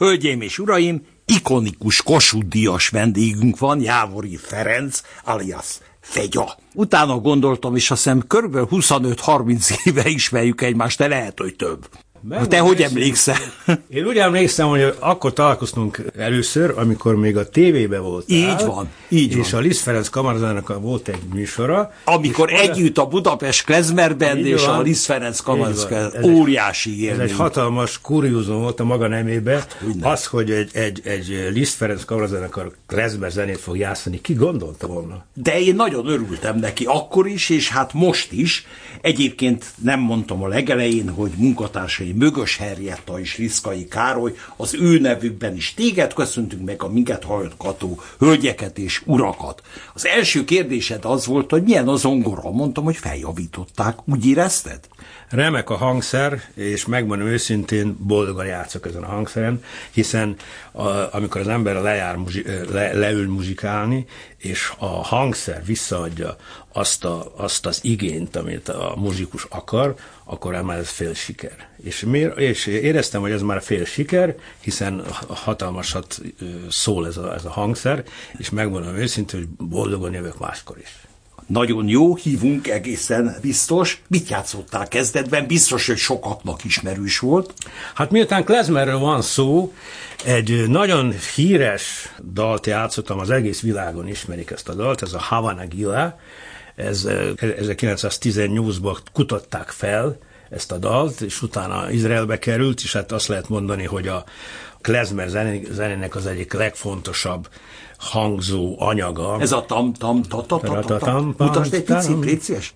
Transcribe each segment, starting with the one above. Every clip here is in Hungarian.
Hölgyeim és uraim, ikonikus Kossuth-díjas vendégünk van, Jávori Ferenc, alias Fegya. Utána gondoltam, és azt hiszem kb. 25-30 éve ismerjük egymást, de lehet, hogy több. Te hogy emlékszel? Én úgy emlékszem, hogy akkor találkoztunk először, amikor még a tévében voltál. Így van, így van. És a Liszt Ferenc Kamarazenekarnak volt egy műsora. Amikor együtt a Budapest Klezmer Band és a Liszt Ferenc Kamarazenekar, óriási élmény. Ez egy hatalmas kuriózum volt a maga nemébe. Az, hogy egy Liszt Ferenc Kamarazenekar klezmer zenét fog játszani, ki gondolta volna? De én nagyon örültem neki akkor is, és hát most is. Egyébként nem mondtam a legelején, hogy munkatársai Mögös Henrietta és Liszkai Károly, az ő nevükben is téged köszöntünk meg, a minket hallgató hölgyeket és urakat. Az első kérdésed az volt, hogy milyen a zongora. Mondtam, hogy feljavították. Úgy érezted? Remek a hangszer, és megmondom őszintén, boldogan játszok ezen a hangszeren, hiszen amikor az ember leül muzsikálni, és a hangszer visszaadja azt az igényt, amit a muzsikus akar, akkor már ez fél siker. És éreztem, hogy ez már fél siker, hiszen hatalmasat szól ez a hangszer, és megmondom őszintén, hogy boldogan jövök máskor is. Nagyon jó, hívunk egészen biztos. Mit játszottál kezdetben? Biztos, hogy sokaknak ismerős volt. Hát miután klezmerről van szó, egy nagyon híres dalt játszottam, az egész világon ismerik ezt a dalt, ez a Havana Gila, ez 1918-ban kutatták fel ezt a dalt, és utána Izraelbe került, és hát azt lehet mondani, hogy a klezmer zenének az egyik legfontosabb hangzó anyaga. Ez a tam-tam-ta-ta-ta-ta. Mutasd egy picit, légy szíves.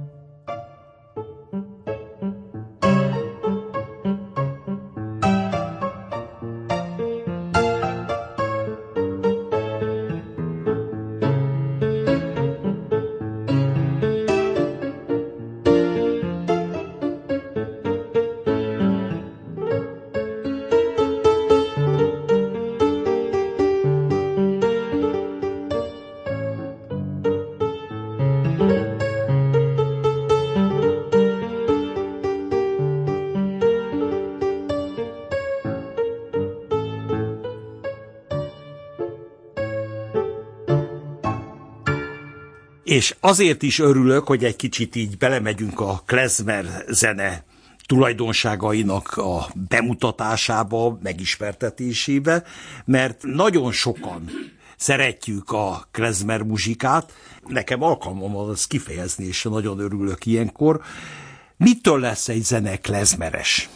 És azért is örülök, hogy egy kicsit így belemegyünk a klezmer zene tulajdonságainak a bemutatásába, megismertetésébe, mert nagyon sokan szeretjük a klezmer muzsikát. Nekem alkalmam van azt kifejezni, és nagyon örülök ilyenkor. Mitől lesz egy zene klezmeres?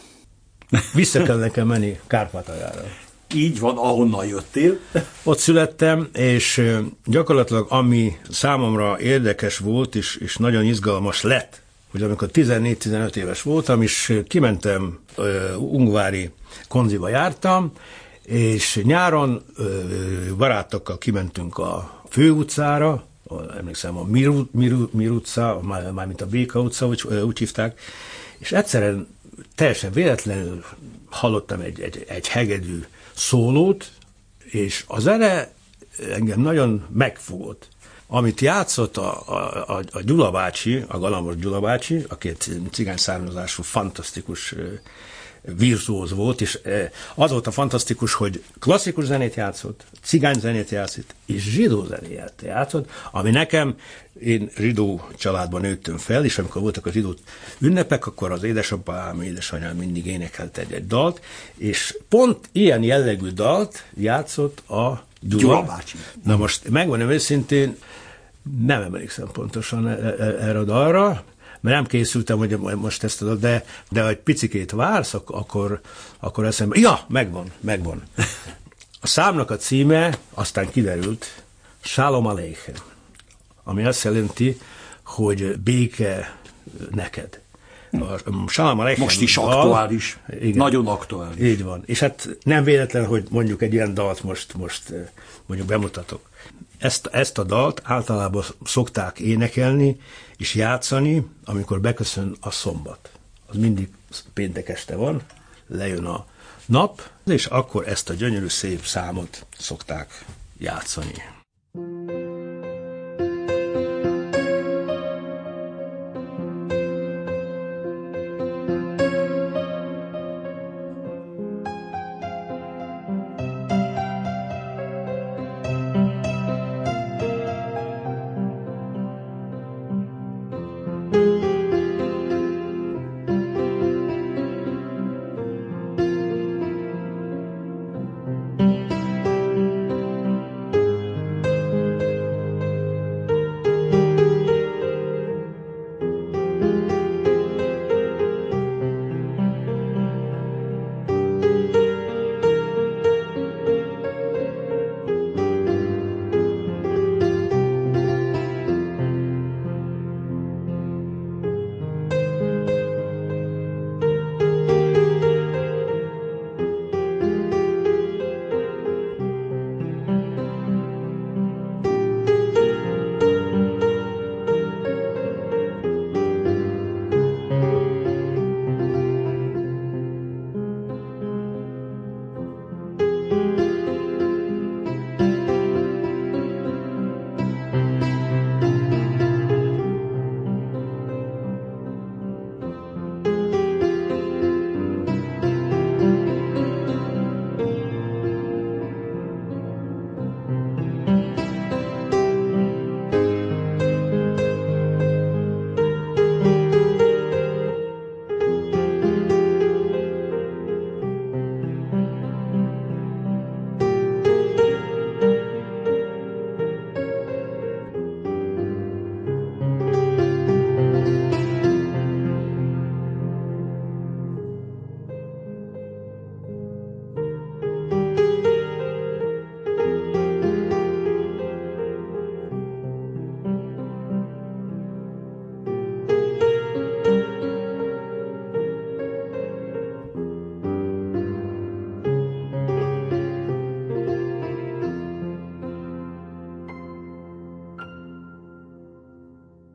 Vissza kell nekem menni Kárpátaljára. Így van, ahonnan jöttél. Ott születtem, és gyakorlatilag ami számomra érdekes volt, és nagyon izgalmas lett, hogy amikor 14-15 éves voltam, és kimentem, Ungvári konziba jártam, és nyáron barátokkal kimentünk a főutcára, emlékszem a Mir utca, mármint a Béka utca, úgy hívták, és egyszerűen teljesen véletlenül hallottam egy hegedű szólót, és a zene engem nagyon megfogott. Amit játszott a Gyula bácsi, a Galambos Gyula bácsi, aki egy cigány származású fantasztikus virtuóz volt, és az volt a fantasztikus, hogy klasszikus zenét játszott, cigány zenét játszott, és zsidó zenét játszott, ami nekem, én zsidó családban nőttem fel, és amikor voltak a zsidó ünnepek, akkor az édesapám, édesanyám mindig énekelt egy dalt, és pont ilyen jellegű dalt játszott a Gyula bácsi. Na most megmondom őszintén, nem emlékszem pontosan erre a dalra, mert nem készültem, hogy most ezt adod, de egy picikét vársz, akkor eszembe, ja, megvan. A számnak a címe aztán kiderült, Shalom Aleichem, ami azt jelenti, hogy béke neked. Shalom Aleichem. Most is aktuális. Igen. Nagyon aktuális. Így van. És hát nem véletlen, hogy mondjuk egy ilyen dalt most mondjuk bemutatok. Ezt a dalt általában szokták énekelni és játszani, amikor beköszön a szombat. Az mindig péntek este van, lejön a nap, és akkor ezt a gyönyörű szép számot szokták játszani.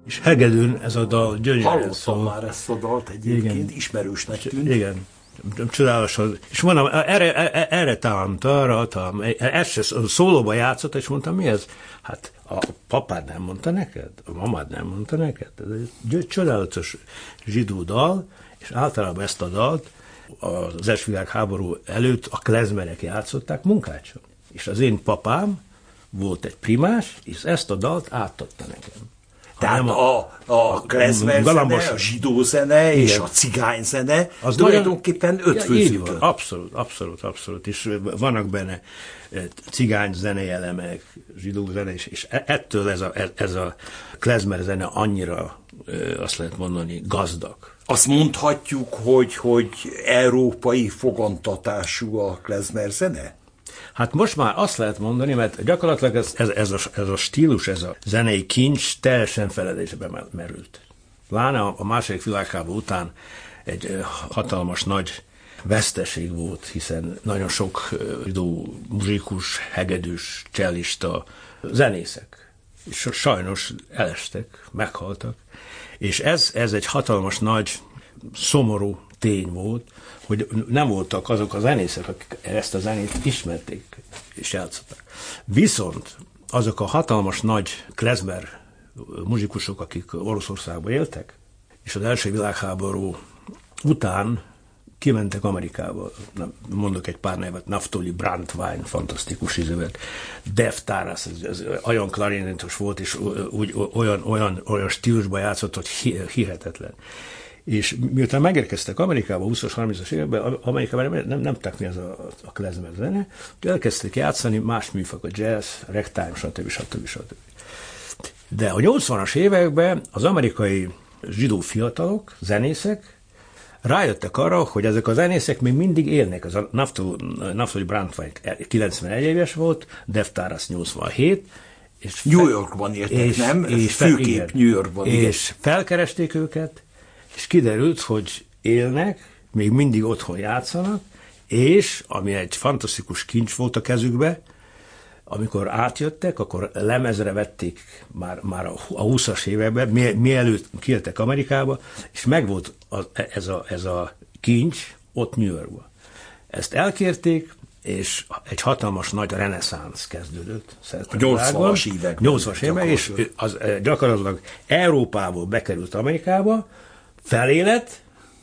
És hegedűn ez a dal gyönyörűen Hallottam szól. már ezt a dalt egyébként, Igen. ismerősnek tűnt. Igen. Csodálatos. És mondom, erre találtam, ezt se szólóba játszott, és mondtam, mi ez? Hát a papád nem mondta neked? A mamád nem mondta neked? Ez egy csodálatos zsidó dal, és általában ezt a dalt az első világháború előtt a klezmerek játszották Munkácson. És az én papám volt egy primás, és ezt a dalt átadta nekem. Tehát a klezmer zene, a zsidó zene és a cigány zene az tulajdonképpen ötvözik. Abszolút. És vannak benne cigány zene elemek, zsidó zene, és ettől ez a klezmer zene annyira, azt lehet mondani, gazdag. Azt mondhatjuk, hogy európai fogantatású a klezmer zene? Hát most már azt lehet mondani, mert gyakorlatilag ez a stílus, ez a zenei kincs teljesen feledésbe merült. Pláne a második világháború után egy hatalmas nagy veszteség volt, hiszen nagyon sok zsidó muzsikus, hegedűs, csellista, zenészek, és sajnos elestek, meghaltak. És ez egy hatalmas nagy, szomorú tény volt, hogy nem voltak azok a zenészek, akik ezt a zenét ismerték és játszották. Viszont azok a hatalmas nagy klezmer muzsikusok, akik Oroszországban éltek, és az első világháború után kimentek Amerikába. Mondok egy pár nevet, Naftali Brandwein, fantasztikus izévet, Dave Taras, ez olyan klarinétos volt, és olyan stílusban játszott, hogy hihetetlen. És miután megérkeztek Amerikába 20-as, 30-as években, Amerikában nem tudták mi az a klezmer zene, elkezdték játszani más műfak, a jazz, ragtime, stb. De a 80-as években az amerikai zsidó fiatalok, zenészek rájöttek arra, hogy ezek a zenészek még mindig élnek. Az a Naftali Brandwein 91 éves volt, Dave Taras 87, és New Yorkban éltek, nem? És főképp New Yorkban. És felkeresték őket, és kiderült, hogy élnek, még mindig otthon játszanak, és, ami egy fantasztikus kincs volt a kezükbe, amikor átjöttek, akkor lemezre vették már a 20-as években, mielőtt kijöttek Amerikába, és megvolt ez a kincs ott New Yorkban. Ezt elkérték, és egy hatalmas nagy reneszánsz kezdődött. A 80-as években. 80-as években, és az gyakorlatilag Európából bekerült Amerikába, felélet,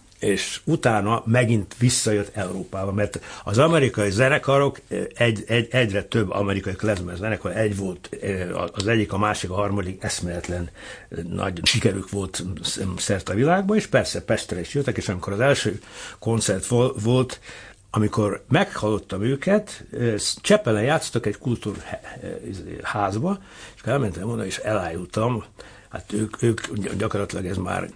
és utána megint visszajött Európába, mert az amerikai zenekarok, egyre több amerikai klezmer zenekar, egy volt, az egyik, a másik, a harmadik eszméletlen nagy sikerük volt szerte a világban, és persze Pestre is jöttek, és amikor az első koncert volt, amikor meghallottam őket, Csepelen játszottak egy kultúrházba, és elmentem oda, és elájultam. Hát ők gyakorlatilag ez már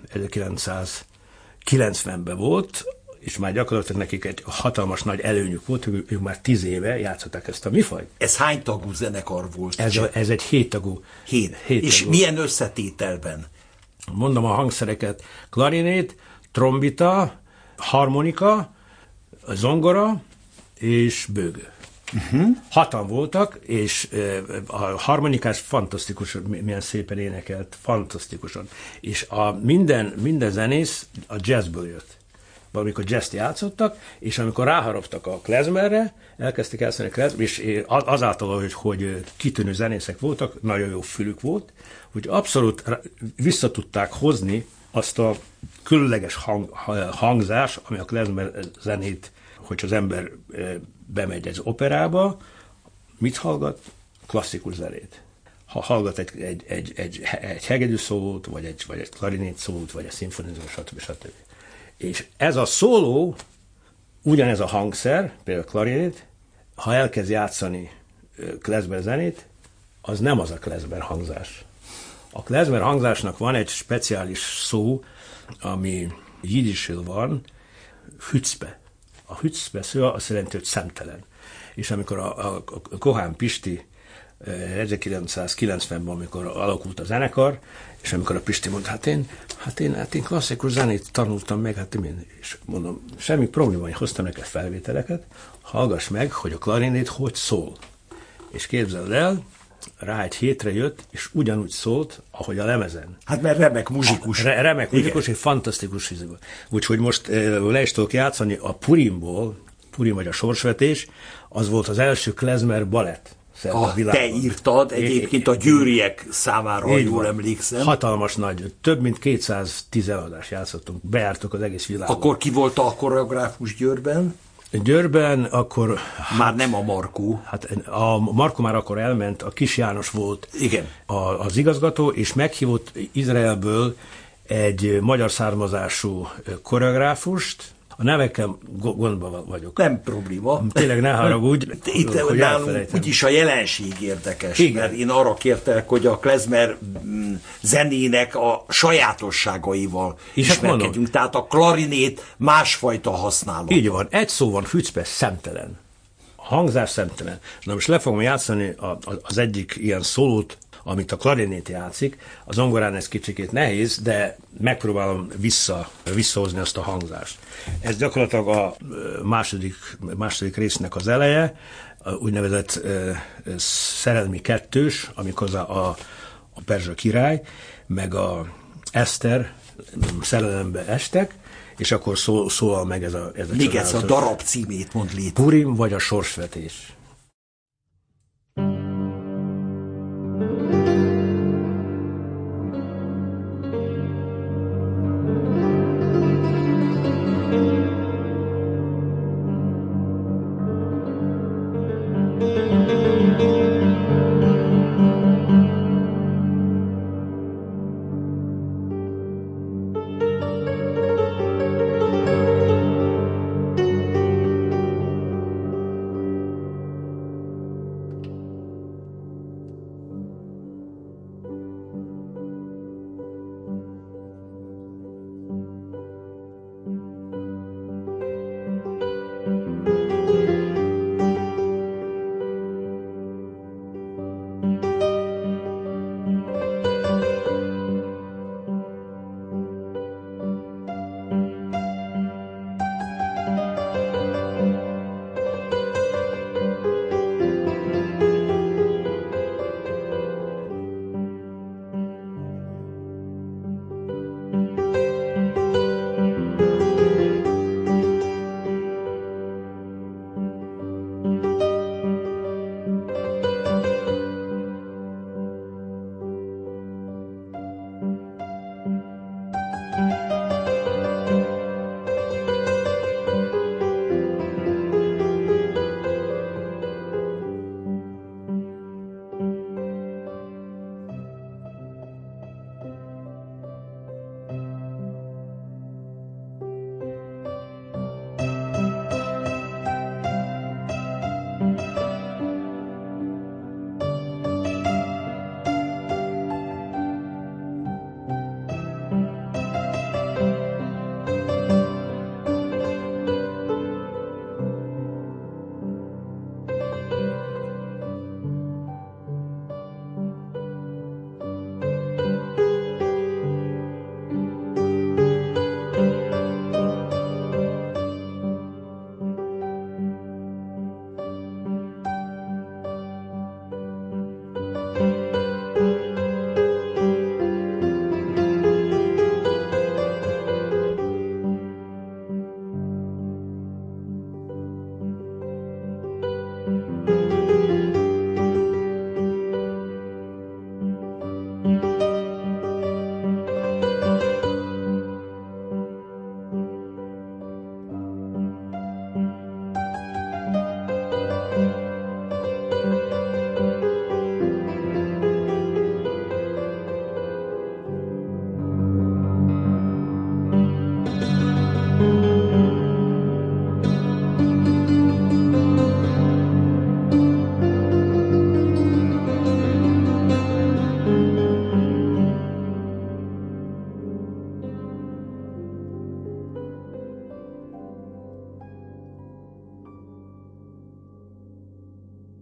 1990-ben volt, és már gyakorlatilag nekik egy hatalmas nagy előnyük volt, ők már 10 éve játszották ezt a műfajt. Ez hány tagú zenekar volt? Ez egy 7 tagú. 7 és tagú. Milyen összetételben? Mondom a hangszereket: klarinét, trombita, harmonika, zongora és bőgő. Hatan voltak, és a harmonikás fantasztikus, milyen szépen énekelt, fantasztikusan. És minden zenész a jazzből jött. Valamikor jazzt játszottak, és amikor ráharaptak a klezmerre, elkezdték játszani a klezmer, és azáltal, hogy kitűnő zenészek voltak, nagyon jó fülük volt, hogy abszolút vissza tudták hozni azt a különleges hangzás, ami a klezmer zenét, hogy az ember bemegy egy operába, mit hallgat? Klasszikus zenét. Ha hallgat egy hegedű szólót, vagy egy klarinét szólót, vagy egy szimfonizmus, stb. És ez a szóló, ugyanez a hangszer, például a klarinét, ha elkezd játszani klezmer zenét, az nem az a klezmer hangzás. A klezmer hangzásnak van egy speciális szó, ami jiddisül van, hützpe. A hützpe szó azt jelenti, hogy szemtelen. És amikor a Kohán Pisti 1990-ben, amikor alakult a zenekar, és amikor a Pisti mondta, hát én klasszikus zenét tanultam meg, és mondom, semmi probléma, hogy hoztam neked felvételeket, hallgass meg, hogy a klarinét hogy szól. És képzeld el, rá egy hétre jött, és ugyanúgy szólt, ahogy a lemezen. Hát mert remek muzsikus. Remek muzsikus, egy fantasztikus fizikus. Úgyhogy most le is tudok játszani a Purimból, Purim vagy a sorsvetés, az volt az első klezmer balett. Te írtad egyébként a győriek számára, ha jól emlékszem. Hatalmas nagy, több mint 210 eladást játszottunk, bejártuk az egész világon. Akkor ki volt a koreográfus Győrben? Győrben akkor... Már nem a Markó. Hát a Markó már akkor elment, a Kis János volt igen. Az igazgató, és meghívott Izraelből egy magyar származású koreográfust. A nevekkel gondban vagyok. Nem probléma. Tényleg ne haragudj, hogy nálunk úgyis a jelenség érdekes, igen. Mert én arra kértelek, hogy a klezmer zenének a sajátosságaival ismerkedjünk. Tehát a klarinét másfajta használat. Így van. Egy szó van, Hützpe, szemtelen. A hangzás szemtelen. Na most le fogom játszani az egyik ilyen szólót, amit a klarinét játszik. A zongorán ez kicsikét nehéz, de megpróbálom visszahozni azt a hangzást. Ez gyakorlatilag a második résznek az eleje, úgynevezett szerelmi kettős, amikor a perzsa király, meg a Eszter szerelembe estek, és akkor szólal meg ez a még ez a darab címét mond létre. Purim vagy a sorsvetés.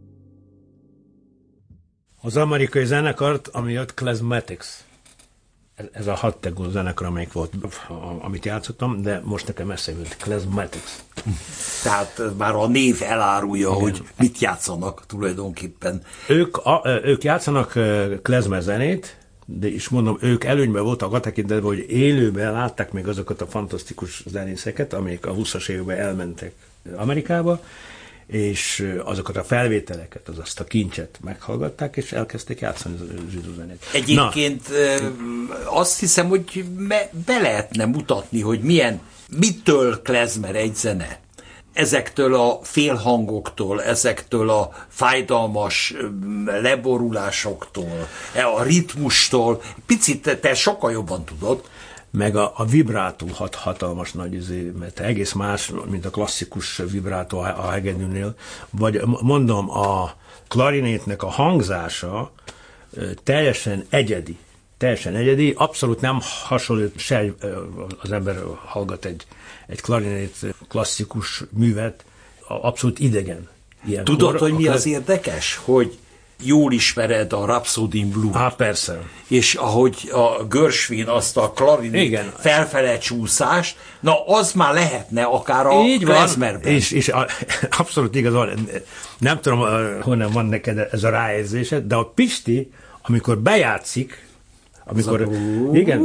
Az amerikai zenekart, ami jött, Klezmatics. Ez a Hattegó zenekar, amelyik volt, amit játszottam, de most nekem eszembe jut, Klezmatics. Tehát már a név elárulja, igen, hogy mit játszanak tulajdonképpen. Ők játszanak klezmer zenét, de is mondom, ők előnyben voltak a tekintetben, hogy élőben látták még azokat a fantasztikus zenészeket, amelyek a 20-as években elmentek Amerikába, és azokat a felvételeket, azt a kincset meghallgatták, és elkezdték játszani a zsidó zenét. Egyébként azt hiszem, hogy be lehetne mutatni, hogy mitől klezmer egy zene. Ezektől a félhangoktól, ezektől a fájdalmas leborulásoktól, a ritmustól. Picit te sokkal jobban tudod. Meg a vibrátó hatalmas nagy, mert egész más, mint a klasszikus vibrátó a hegedűnél. Vagy mondom, a klarinétnek a hangzása teljesen egyedi. Abszolút nem hasonlít se az ember hallgat egy klarinét klasszikus művet, abszolút idegen. Ilyenkor. Tudod, hogy mi az érdekes? Hogy jól ismered a Rhapsody in Blue. Persze. És ahogy a Gershwin azt a klarinét felfele csúszást, na az már lehetne akár a klezmerben. És abszolút igaz van. Nem tudom, honnan van neked ez a ráérzésed, de a Pisti, amikor bejátszik, amikor, igen,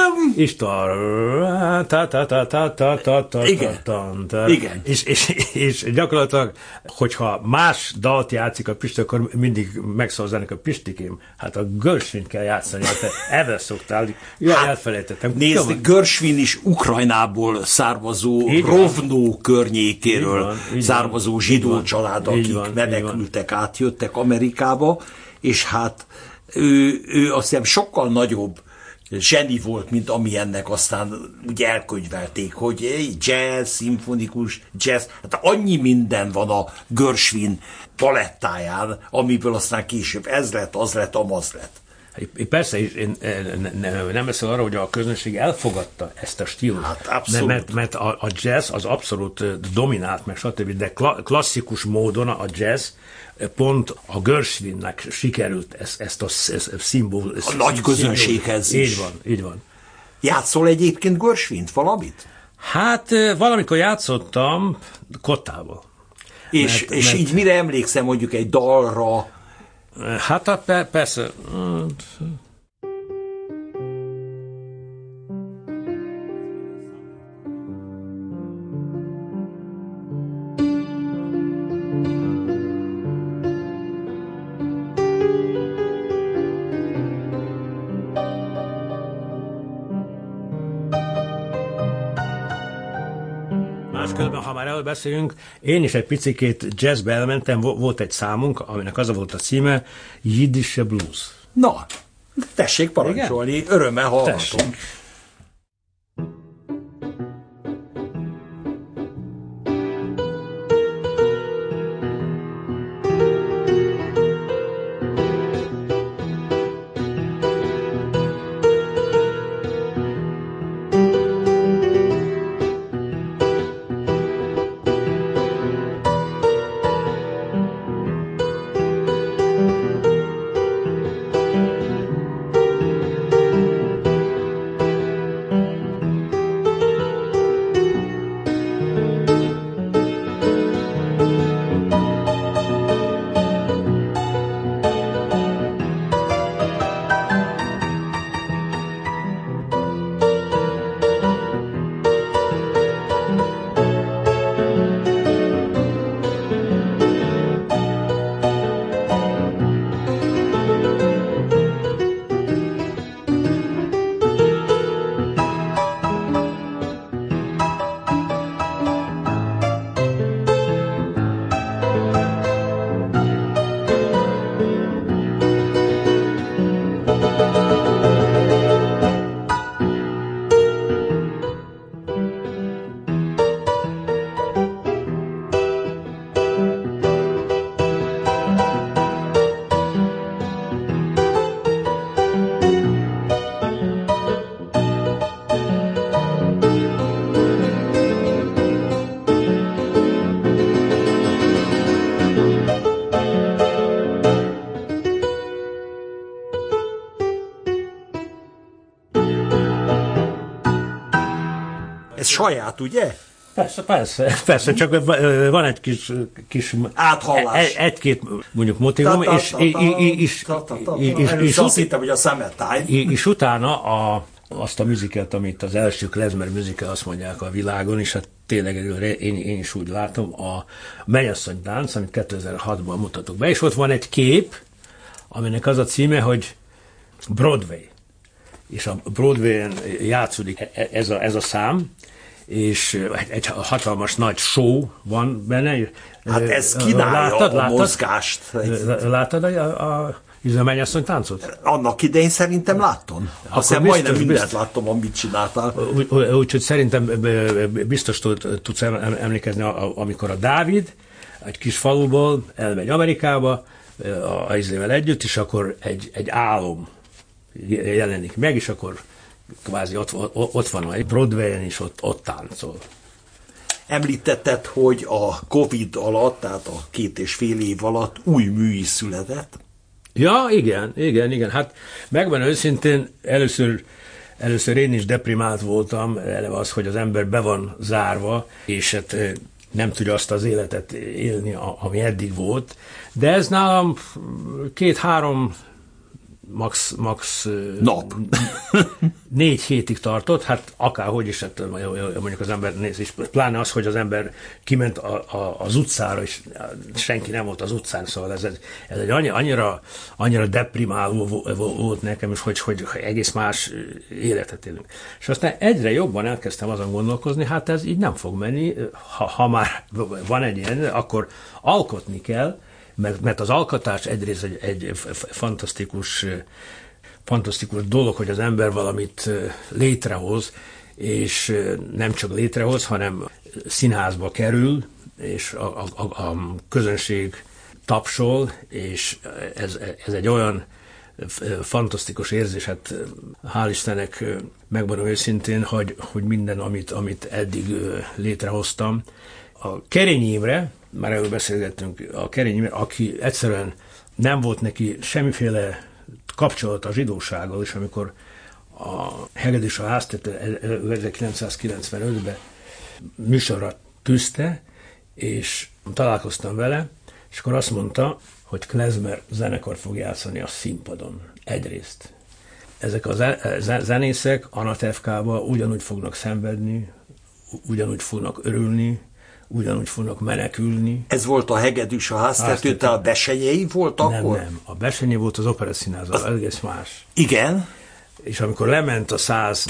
és gyakorlatilag, hogyha más dalt játszik a Pisti, akkor mindig megszólzanak a Pistikém. Hát a Gershwin kell játszani, hát ebben szoktál. Jaj, elfelejtettem. Nézd, Gershwin is Ukrajnából származó, Rovno környékéről származó zsidó család, akik menekültek, átjöttek Amerikába, és hát ő azt hiszem sokkal nagyobb zseni volt, mint amilyennek aztán ugye elkönyvelték, hogy jazz, szimfonikus jazz, hát annyi minden van a Gershwin palettáján, amiből aztán később ez lett, az lett, amaz lett. Persze, én nem beszél arra, hogy a közönség elfogadta ezt a stílust. Hát abszolút. Mert a jazz az abszolút dominált, meg stb., de klasszikus módon a jazz pont a Gershwinnek sikerült ezt a szimbólum. A nagy közönséghez is. Így van. Játszol egyébként Gershwint valamit? Hát valamikor játszottam Kottával. És így mire emlékszem, mondjuk egy dalra? Hát persze. Máskülönben, ha már előbb beszélünk, én is egy picikét jazzbe elmentem, volt egy számunk, aminek az volt a címe, Jiddische Blues. Na, tessék parancsolni, igen? Örömmel hallgatom. Tessék. Ez saját, ugye? Persze, csak van egy kis áthallás. Egy-két mondjuk motivum, és azt hittem, hogy a Summertime. És utána azt a musicalt, amit az első klezmer musical, azt mondják a világon, és hát tényleg én is úgy látom, a Mennyasszony tánc, amit 2006-ban mutatok be, és ott van egy kép, aminek az a címe, hogy Broadway. És a Broadwayen játszódik ez a szám, és egy hatalmas nagy show van benne. Hát ez kínálja a mozgást. Láttad a Mennyasszony táncot? Annak idején szerintem láttam. Aztán majdnem mindent láttam, amit csináltál. Úgyhogy szerintem biztos tudsz emlékezni, amikor a Dávid egy kis faluból elmegy Amerikába a izével együtt, és akkor egy álom jelenik meg, és akkor kvázi ott van egy Broadwayen, és ott táncol. Említetted, hogy a Covid alatt, tehát a 2,5 év alatt új mű is született. Ja, igen. Hát megvan őszintén, először én is deprimált voltam, eleve az, hogy az ember be van zárva, és hát nem tudja azt az életet élni, ami eddig volt. De ez nálam 2-3 max nap. 4 hétig tartott, hát akárhogy is, hát mondjuk az ember néz, és pláne az, hogy az ember kiment az utcára, és senki nem volt az utcán, szóval ez egy annyira deprimáló volt nekem, és hogy egész más életet élünk. És aztán egyre jobban elkezdtem azon gondolkozni, hát ez így nem fog menni, ha már van egy ilyen, akkor alkotni kell, mert az alkotás egyrészt egy fantasztikus dolog, hogy az ember valamit létrehoz, és nem csak létrehoz, hanem színházba kerül, és a közönség tapsol, és ez egy olyan fantasztikus érzés, hát hál' Istennek megmondom őszintén, hogy minden, amit eddig létrehoztam. A Kerényi Imre, már erről beszélgettünk, a Kerényi Imre, aki egyszerűen nem volt neki semmiféle kapcsolata a zsidósággal, és amikor a Hegedűs a háztető 1995-ben műsorra tűzte, és találkoztam vele, és akkor azt mondta, hogy klezmer zenekar fog játszani a színpadon. Egyrészt. Ezek a zenészek Anatevkába ugyanúgy fognak szenvedni, ugyanúgy fognak örülni, ugyanúgy fognak menekülni. Ez volt a Hegedűs a háztető, te a Bessenyei volt akkor? Nem. A Bessenyei volt az Operettszínház, az egész más. Igen? És amikor lement a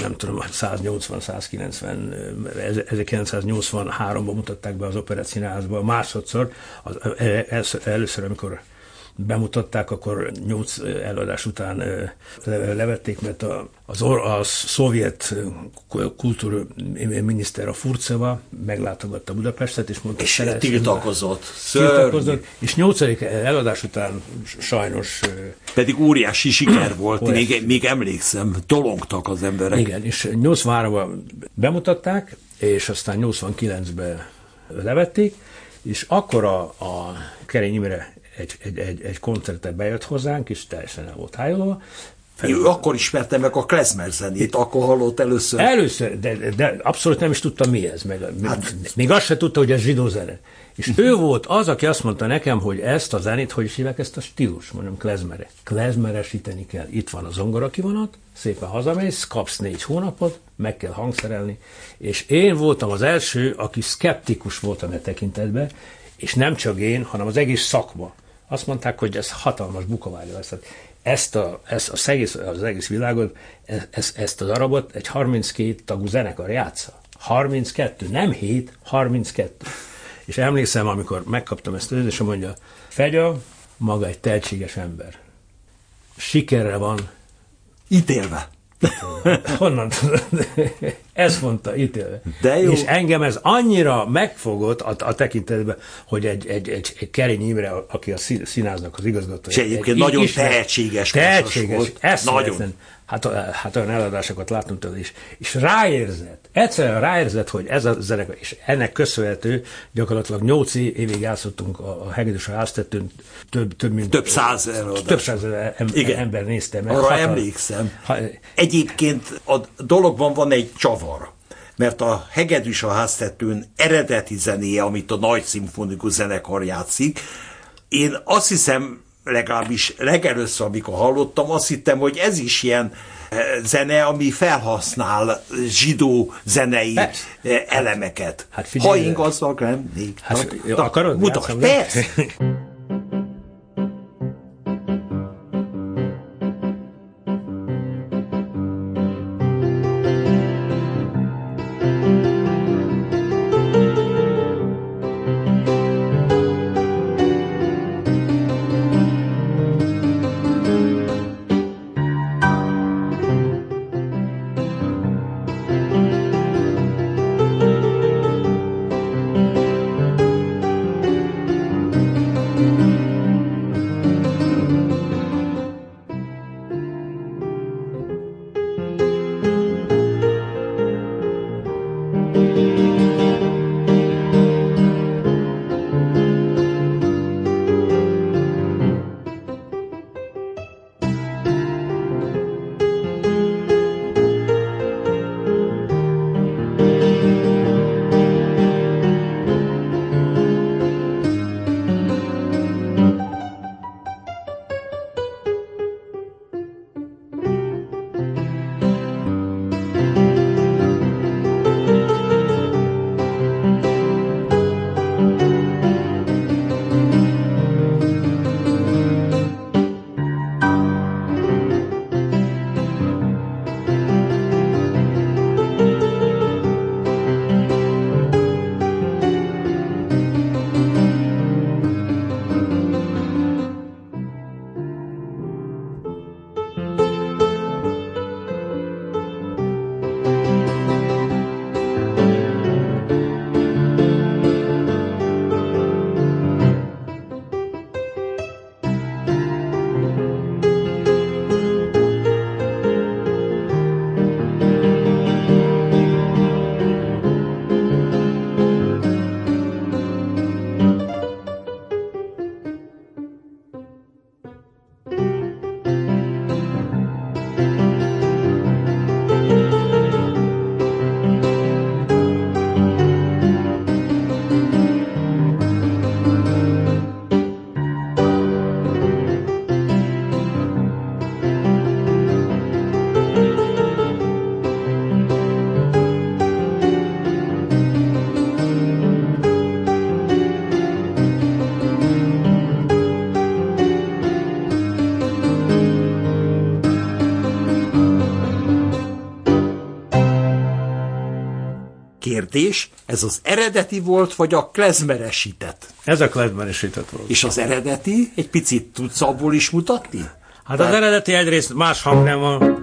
1983-ban mutatták be az Operettszínházba másodszor, először, amikor bemutatták, akkor 8 előadás után levették, mert a szovjet kultúrminiszter, a Furceva meglátogatta Budapestet, és mondta, és tiltakozott. És 8. előadás után sajnos... Pedig óriási siker volt, még emlékszem, tolongtak az emberek. Igen, és 83-ban bemutatták, és aztán 89-ben levették, és akkor a Kerényi Imre egy koncertre bejött hozzánk, és teljesen el volt hájolva. Akkor ismertem meg a klezmer zenét, akkor hallott először. Először, de abszolút nem is tudtam, mi ez. Még azt se tudta, hogy ez zsidó zene. És ő volt az, aki azt mondta nekem, hogy ezt a zenét, hogy is hívják ezt a stílus, mondom, klezmere. Klezmeresíteni kell. Itt van a zongorakivonat, szépen hazamész, kapsz 4 hónapot, meg kell hangszerelni. És én voltam az első, aki szkeptikus voltam e tekintetben, és nem csak én, hanem az egész szakma. Azt mondták, hogy ez hatalmas bukavága lesz. Az egész világot, ezt a darabot egy 32 tagú zenekar játsza. 32, nem 7, 32. És emlékszem, amikor megkaptam ezt, és mondja, Fegya, maga egy tehetséges ember. Sikerre van ítélve. Honnan tudod? Ezt mondta, ítélve. De jó. És engem ez annyira megfogott a tekintetben, hogy egy Kerényi Imre, aki a színháznak az igazgatója. És egyébként nagyon tehetséges volt. Nagyon. Hát olyan eladásokat láttunk tőle is. És egyszerűen ráérzett, hogy ez a zenekar, és ennek köszönhető, gyakorlatilag 8 évig játszottunk a Hegedűs a háztetőn, több száz ember nézte meg. Arra emlékszem. Egyébként a dologban van egy csavar. mert a Hegedűs a háztetőn eredeti zenéje, amit a nagy szimfonikus zenekar játszik, én azt hiszem, legalábbis legelőször, amikor hallottam, azt hittem, hogy ez is ilyen zene, ami felhasznál zsidó zenei elemeket. Hát figyelj, ha én gazdag lennék. Akarod? Mutasd, persze. Kérdés, ez az eredeti volt, vagy a klezmeresített? Ez a klezmeresített volt. És az eredeti? Egy picit tudsz abból is mutatni? Hát az eredeti egyrészt más hang nem van.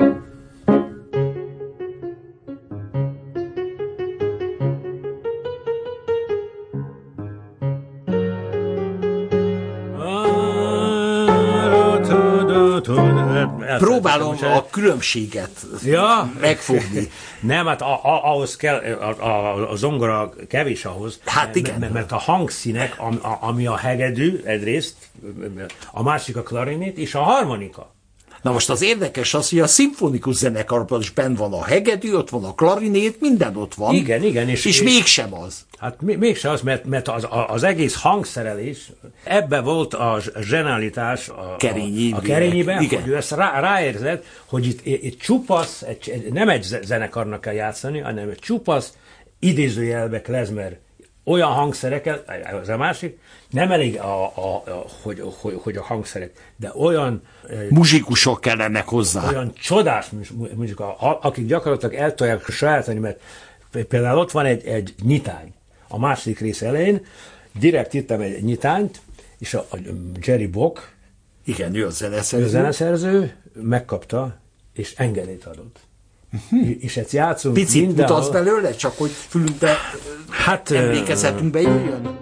Próbálom a különbséget megfogni. Nem, hát ahhoz kell, a zongora kevés ahhoz. Hát igen. Mert a hangszínek, ami a hegedű egyrészt, a másik a klarinét, és a harmonika. Na most az érdekes az, hogy a szimfonikus zenekarban is benn van a hegedű, ott van a klarinét, minden ott van. Igen. És mégsem az. Hát mégsem az, mert az egész hangszerelés, ebbe volt a zsenialitás a Kerényiben, hogy ő ezt ráérzett, hogy itt csupasz, nem egy zenekarnak kell játszani, hanem egy csupasz, idézőjelbe klezmer, olyan hangszerekkel, ez a másik, nem elég, hogy a hangszerek, de olyan muzsikusok kellenek hozzá. Olyan csodás muzsika, akik gyakorlatilag eltolják sajátani, mert például ott van egy nyitány. A második rész elején direkt írtam egy nyitányt, és a Jerry Bock, igen, ő a zeneszerző, megkapta, és engedélyt adott. És ezt játszunk picit mindenhol. Mutatsz belőle, csak hogy fülünkbe, emlékezetünkbe jöjjön?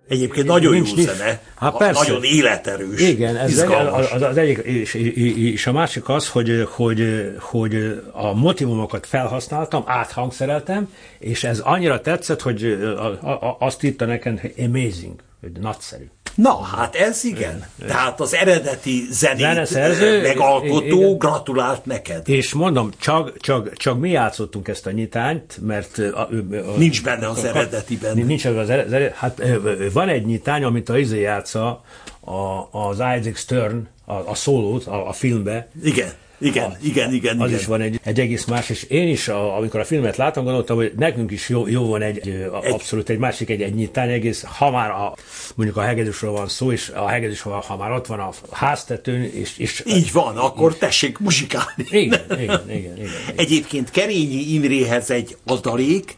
Egyébként nagyon jó zene, nagyon életerős, igen, izgalmas. Az egyik, és a másik az, hogy a motivumokat felhasználtam, áthangszereltem, és ez annyira tetszett, hogy azt írta nekem, amazing, hogy nagyszerű. Na, hát ez igen. Tehát az eredeti zeneszerző, megalkotó igen. Gratulált neked. És mondom, csak mi játszottunk ezt a nyitányt, mert... Nincs benne az eredetiben. Nincs az eredetiben. Hát van egy nyitány, amit a Izé játsza, az Isaac Stern, a szólót a filmbe. Igen. Az is van egy egész más, és én is, amikor a filmet láttam, gondoltam, hogy nekünk is jó van abszolút egy másik, egy nyitány egész, ha már mondjuk a hegedűsről van szó, és a hegedűs, ha már ott van a háztetőn, és így van, akkor tessék muzsikálni. Igen. Egyébként Kerényi Imréhez egy adalék,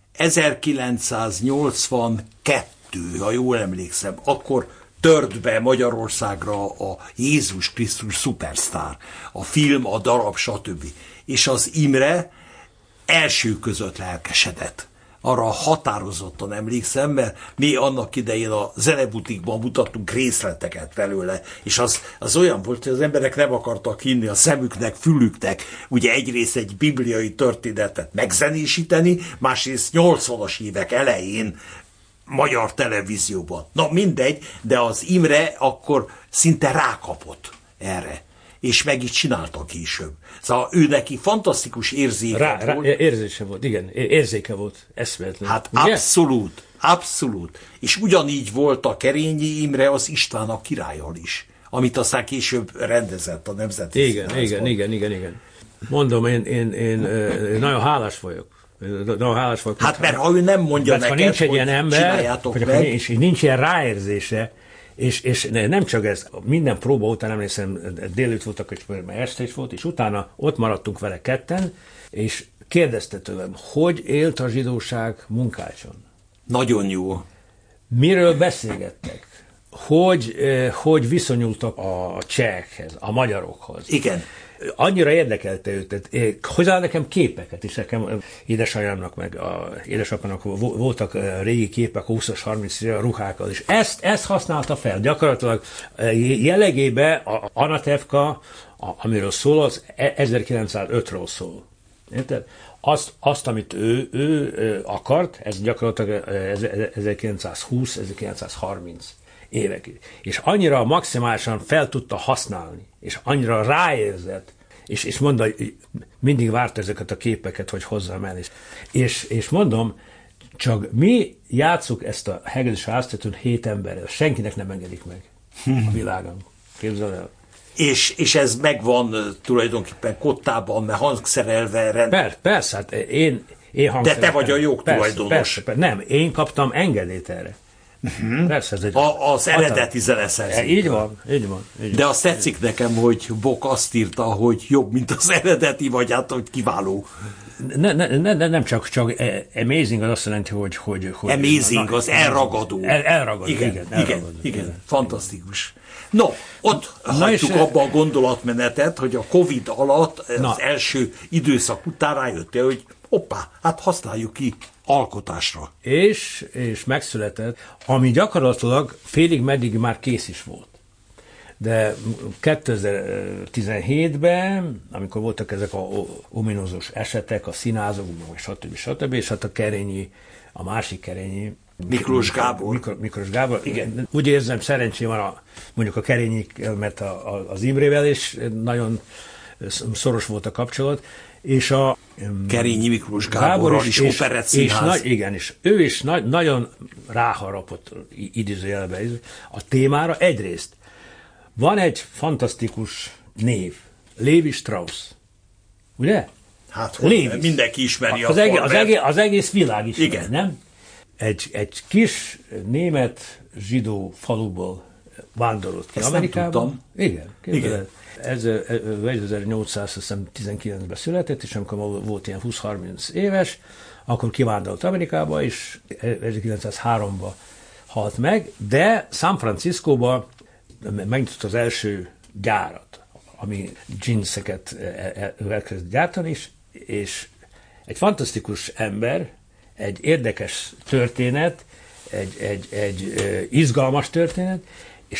1982, ha jól emlékszem, akkor tört be Magyarországra a Jézus Krisztus szupersztár, a film, a darab, stb. És az Imre első között lelkesedett. Arra határozottan emlékszem, mert mi annak idején a zenebutikban mutattunk részleteket belőle, és az olyan volt, hogy az emberek nem akartak hinni a szemüknek, fülüknek, ugye egyrészt egy bibliai történetet megzenésíteni, másrészt 80-as évek elején magyar televízióban. Na mindegy, de az Imre akkor szinte rákapott erre. És meg is csinálta később. Szóval ő neki fantasztikus érzéke volt. Érzése volt, igen. Érzéke volt. Eszméletlen. Hát abszolút. És ugyanígy volt a Kerényi Imre az István a királlyal is, amit aztán később rendezett a Nemzeti Színházban. Igen. Mondom, én nagyon hálás vagyok. Hát mert ha ő nem mondja neked, nincs egy ilyen ember, csináljátok meg. És nincs ilyen ráérzése, és nem csak ez, minden próba után emlékszem, délőtt voltak, és mert este is volt, és utána ott maradtunk vele ketten, és kérdezte tőlem, hogy élt a zsidóság munkácson? Nagyon jó. Miről beszélgettek? Hogy viszonyultak a csehekhez, a magyarokhoz? Igen. Annyira érdekelte őt, hozzá nekem képeket is, nekem édesanyámnak, meg édesapának voltak régi képek, 20-as, 30-as ruhákkal, és ezt használta fel. Gyakorlatilag jellegében a Anatevka, amiről szól, az 1905-ről szól. Érted? Azt, amit ő akart, ez gyakorlatilag 1920-1930 évekig. És annyira maximálisan fel tudta használni, és annyira ráérzett, és mondta, mindig várta ezeket a képeket, hogy hozzám el. És mondom, csak mi játsszuk ezt a hegedűs háztetőn 7 emberrel, senkinek nem engedik meg a világon. Képzeld el. És ez megvan tulajdonképpen kottában, mert hangszerelve Persze, hát én hangszereltem. De te vagy a jogtulajdonos. Persze, nem, én kaptam engedélyt erre. Persze, ez az eredeti zeneszerző. Így van. De azt tetszik nekem, hogy Bok azt írta, hogy jobb, mint az eredeti, vagy hát, hogy kiváló. Nem csak amazing az azt jelenti, hogy amazing, az elragadó. Elragadó, igen. Fantasztikus. No, ott hagytuk abba a gondolatmenetet, hogy a Covid alatt az első időszak után rájöttél, hogy hoppá, hát használjuk ki alkotásra. És megszületett, ami gyakorlatilag félig meddig már kész is volt. De 2017-ben, amikor voltak ezek a ominózus esetek, a színházakban, stb. És hát a másik Kerényi, Miklós Gábor. Igen. Úgy érzem, szerencsém van mondjuk a Kerényi, mert az Imrével is nagyon szoros volt a kapcsolat, és a Kerényi Miklós Gáborral is operett színház. Igen, és ő is nagyon ráharapott idézőjelbe a témára. Egyrészt van egy fantasztikus név, Lévi Strauss. Ugye? Hát mindenki ismeri az egész világ ismeri, igen. Nem? Egy kis német zsidó faluból vándorolt ki Amerikába. Igen. 1819-ben született, és amikor volt ilyen 20-30 éves, akkor kivándorolt Amerikába, és 1903-ban halt meg, de San Franciscóba megnyitott az első gyárat, ami jeanseket elkezdett gyártani is, és egy fantasztikus ember, egy érdekes történet, egy izgalmas történet, és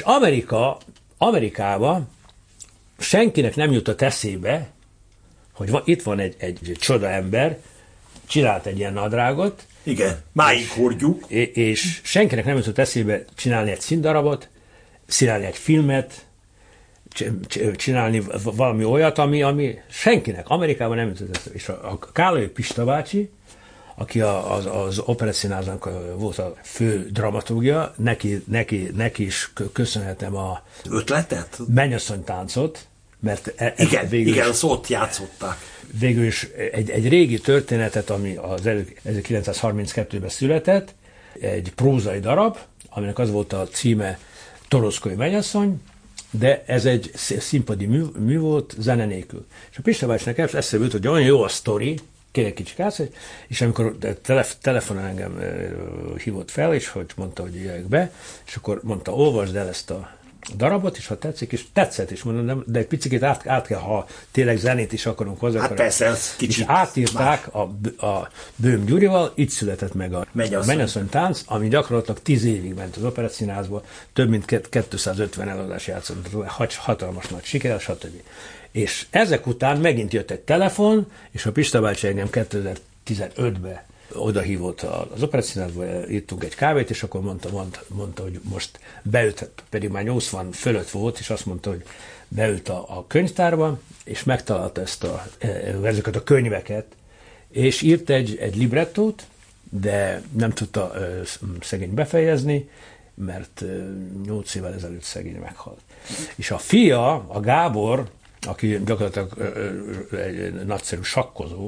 Amerikában senkinek nem jutott eszébe, hogy itt van egy csoda ember, csinált egy ilyen nadrágot. Igen, máig hordjuk. És senkinek nem jutott eszébe csinálni egy színdarabot, csinálni egy filmet, csinálni valami olyat, ami senkinek Amerikában nem jutott eszébe. És a Kállai Pista bácsi, aki az Operettszínháznak volt a fő dramaturgia, neki is köszönhetem a ötletet? Mennyasszony táncot, mert igen, azt ott játszották. Végül is egy régi történetet, ami az 1932-ben született, egy prózai darab, aminek az volt a címe Toroszkai mennyasszony, de ez egy színpadi mű volt, zene nélkül. És a Pista bácsinak eszébe jut, hogy olyan jó a sztori, kérek kicsi kászai, és amikor telefonon engem hívott fel, és hogy mondta, hogy jöjjek be, és akkor mondta, olvasd el ezt a darabot, és ha tetszik, és tetszett, és mondom, de egy picit át kell, ha tényleg zenét is akarunk hozzá. Hát persze, ez kicsit. És átírták a Böhm Gyurival, így született meg a Mennyasszony tánc, ami gyakorlatilag 10 évig ment az Operettszínházba, több mint 250 előadás játszott, hatalmas nagy siker, stb. És ezek után megint jött egy telefon, és a Pista bácsi engem 2015-ben odahívott az Operettszínházba, ittunk egy kávét, és akkor mondta, hogy most beült, pedig már 80 fölött volt, és azt mondta, hogy beült a könyvtárba, és megtalálta ezeket a könyveket, és írt egy librettót, de nem tudta szegény befejezni, mert 8 évvel ezelőtt szegény meghalt. És a fia, a Gábor, aki gyakorlatilag egy nagyszerű sakkozó,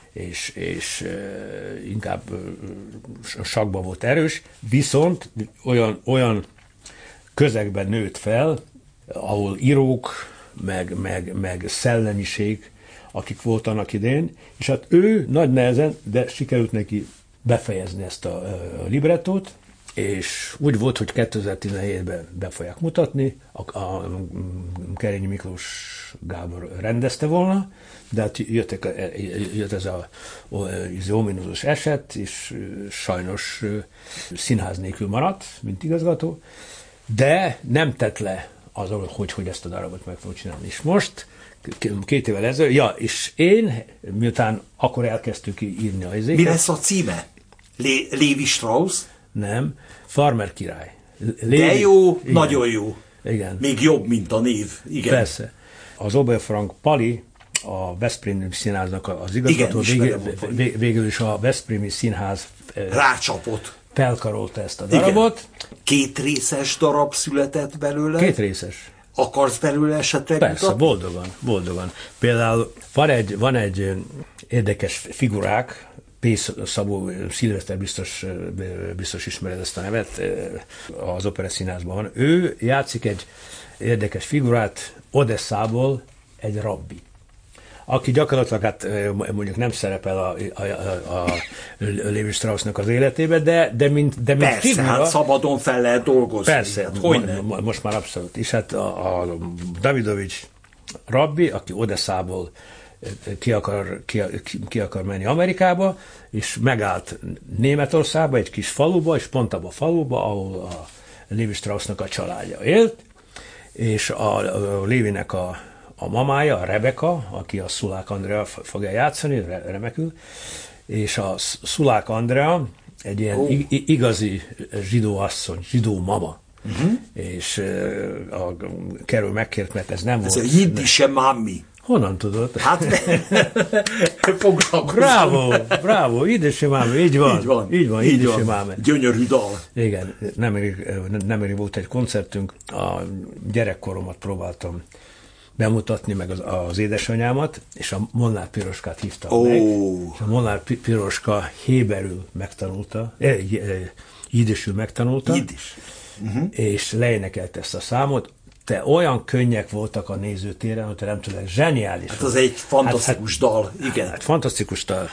és inkább sakkban volt erős, viszont olyan közegben nőtt fel, ahol írók, meg szellemiség, akik volt annak idén, és hát ő nagy nehezen, de sikerült neki befejezni ezt a librettót, és úgy volt, hogy 2017-ben be fogják mutatni, a Kerényi Miklós Gábor rendezte volna, de hát jött ez az ominózus eset, és sajnos színház nélkül maradt, mint igazgató, de nem tett le azon, hogy ezt a darabot meg fog csinálni. És most, 2 évvel ezelőtt, és én, miután akkor elkezdtük írni a izéket. Mi lesz a címe? Lévi Strauss? Nem, Farmer király. De jó, igen. Nagyon jó. Igen. Még jobb, mint a név. Igen. Persze. Az Oberfrank Pali, a Veszprémi Színháznak az igazgató, végül is a Veszprémi Színház rácsapott. Felkarolta ezt a darabot. Igen. 2 részes darab született belőle? 2 részes. Akarsz belőle esetleg? Persze, boldogan. Például van egy érdekes figurák, P. Szabó Szilveszter biztos ismered ezt a nevet, az Operettszínházban van. Ő játszik egy érdekes figurát, Odesszából egy rabbi, aki gyakorlatilag hát mondjuk nem szerepel a Lévi Straussnak az életébe, de mint persze, figura... hát szabadon fel lehet dolgozni. Persze, hát most már abszolút. És hát a Davidovics rabbi, aki Odesszából ki akar menni Amerikába, és megállt Németországba, egy kis faluba, és pont abba a faluba, ahol a Lévi Straussnak a családja élt, és a Lévinek a mamája, a Rebeka, aki a Szulák Andrea fogja játszani, remekül, és a Szulák Andrea egy ilyen igazi zsidó asszony, zsidó mama. És Kerül megkért, mert ez nem volt. Ez a jiddische mami. Honnan tudod? Hát foglalkozom. Bravo, Jiddische mami, így van. Jiddische mami. Gyönyörű dal. Igen, nemrég volt egy koncertünk, a gyerekkoromat próbáltam bemutatni, meg az édesanyámat, és a Molnár Piroskát hívtam meg, és a Molnár Piroska héberül megtanulta, jiddisül megtanulta, és leénekelt ezt a számot. Te olyan könnyek voltak a nézőtéren, hogy te nem tudod, zseniális. Hát az egy fantasztikus dal, igen. Hát fantasztikus dal.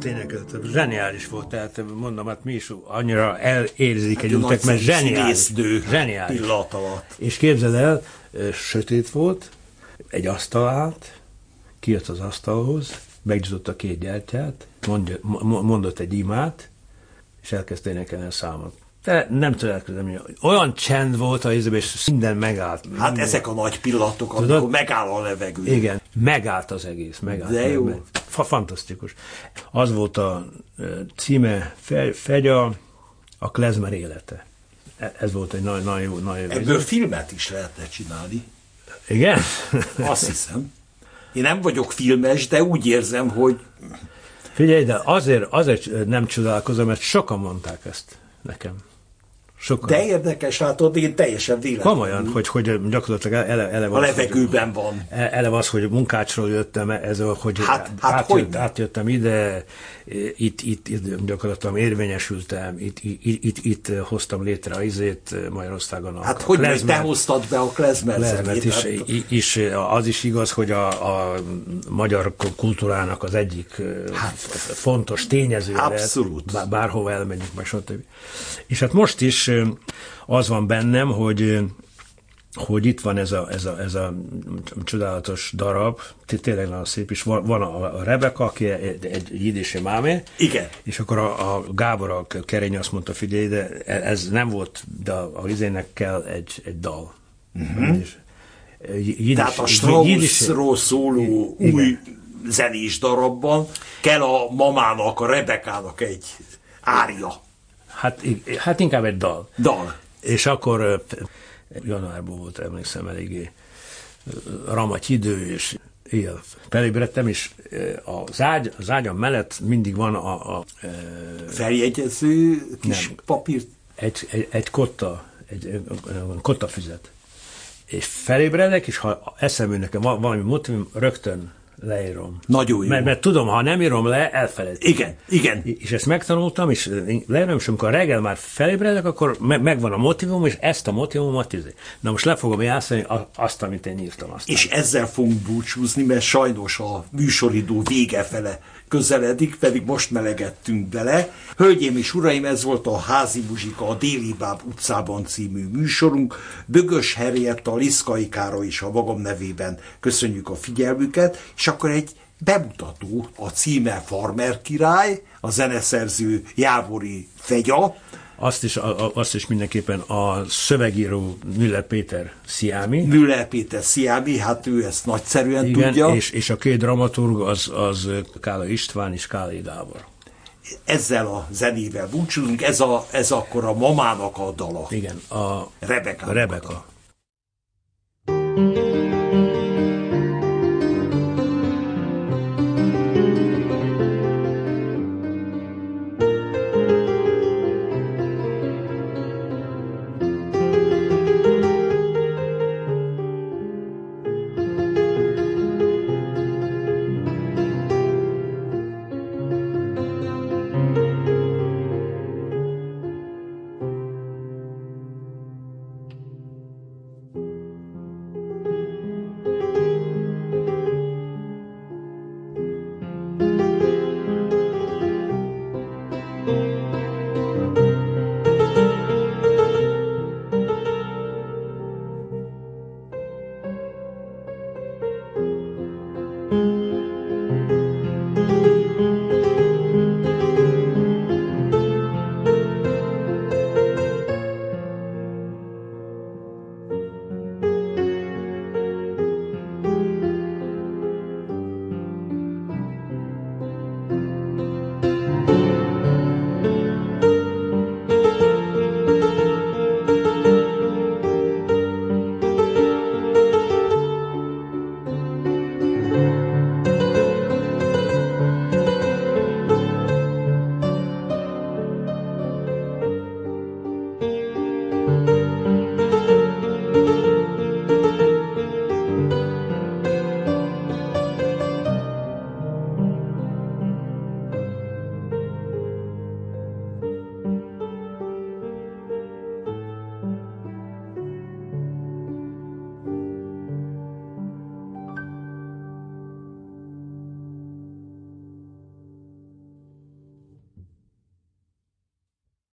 tényleg zseniális volt, tehát mondom, hát mi is annyira elérzékenyültek, mert zseniális pillanat alatt. És képzeld el, sötét volt, egy asztal állt, kijött az asztalhoz, megnyitotta 2 gyertyát, mondott egy imát, és elkezdte énekelni a számot. De nem tudod, olyan csend volt a ízben, és minden megállt. Hát minden. Ezek a nagy pillanatok, amikor megáll a levegő. Igen, megállt az egész. Megállt. De jó. Fantasztikus. Az volt a címe, Fegya, a klezmer élete. Ez volt egy nagyon jó. Ebből filmet is lehetne csinálni. Igen? Azt hiszem. Én nem vagyok filmes, de úgy érzem, hogy... Figyelj, de azért nem csodálkozom, mert sokan mondták ezt nekem. Sokan. De érdekes, látod, én teljesen véletlenül. Komolyan, hogy gyakorlatilag eleve a levegőben van. Eleve az, hogy munkácsról jöttem, hogy átjöttem ide, itt gyakorlatilag érvényesültem, itt hoztam létre a Magyarországon. Hát hogy te hoztad be a klezmerzenét? És az is igaz, hogy a magyar kultúrának az egyik fontos tényező. Abszolút. Bárhova elmegyünk, meg stb. És hát most is az van bennem, hogy itt van ez a csodálatos darab, tényleg nagyon szép, és van a Rebeka, aki egy jidési mámé. Igen. És akkor a Gábor, a Kerény azt mondta, figyelj, de ez nem volt, de a izének kell egy dal. Tehát a Straussról szóló új zenés darabban kell a mamának, a Rebekának egy ária. Hát inkább egy dal. És akkor januárban volt, emlékszem, eléggé ramagy idő, és éjjel felébredtem, és az ágyam mellett mindig van a feljegyező kis papír. Egy kottafüzet. És felébredek, és ha eszembe nekem valami motivum, rögtön leírom. Nagyon jó. Mert tudom, ha nem írom le, elfelejtem. Igen. És ezt megtanultam, és leírom, és amikor reggel már felébredek, akkor megvan a motivum, és ezt a motivumot na most le fogom játszani azt, amit én írtam. Aztán. És ezzel fogunk búcsúzni, mert sajnos a műsoridő vége fele közeledik, pedig most melegettünk bele. Hölgyeim és uraim, ez volt a Házi Muzsika, a Déli Báb utcában című műsorunk. Bögös Henrietta, Liszkai Károly és a magam nevében köszönjük a figyelmüket, és akkor egy bemutató, a címe Farmer király, a zeneszerző Jávori Fegya. Azt is mindenképpen a szövegíró Müller Péter Sziámi. Hát ő ezt nagyszerűen tudja. És a 2 dramaturg az Kála István és Kállai Gábor. Ezzel a zenével búcsúzunk, ez akkor a mamának a dala. Igen, a Rebeka.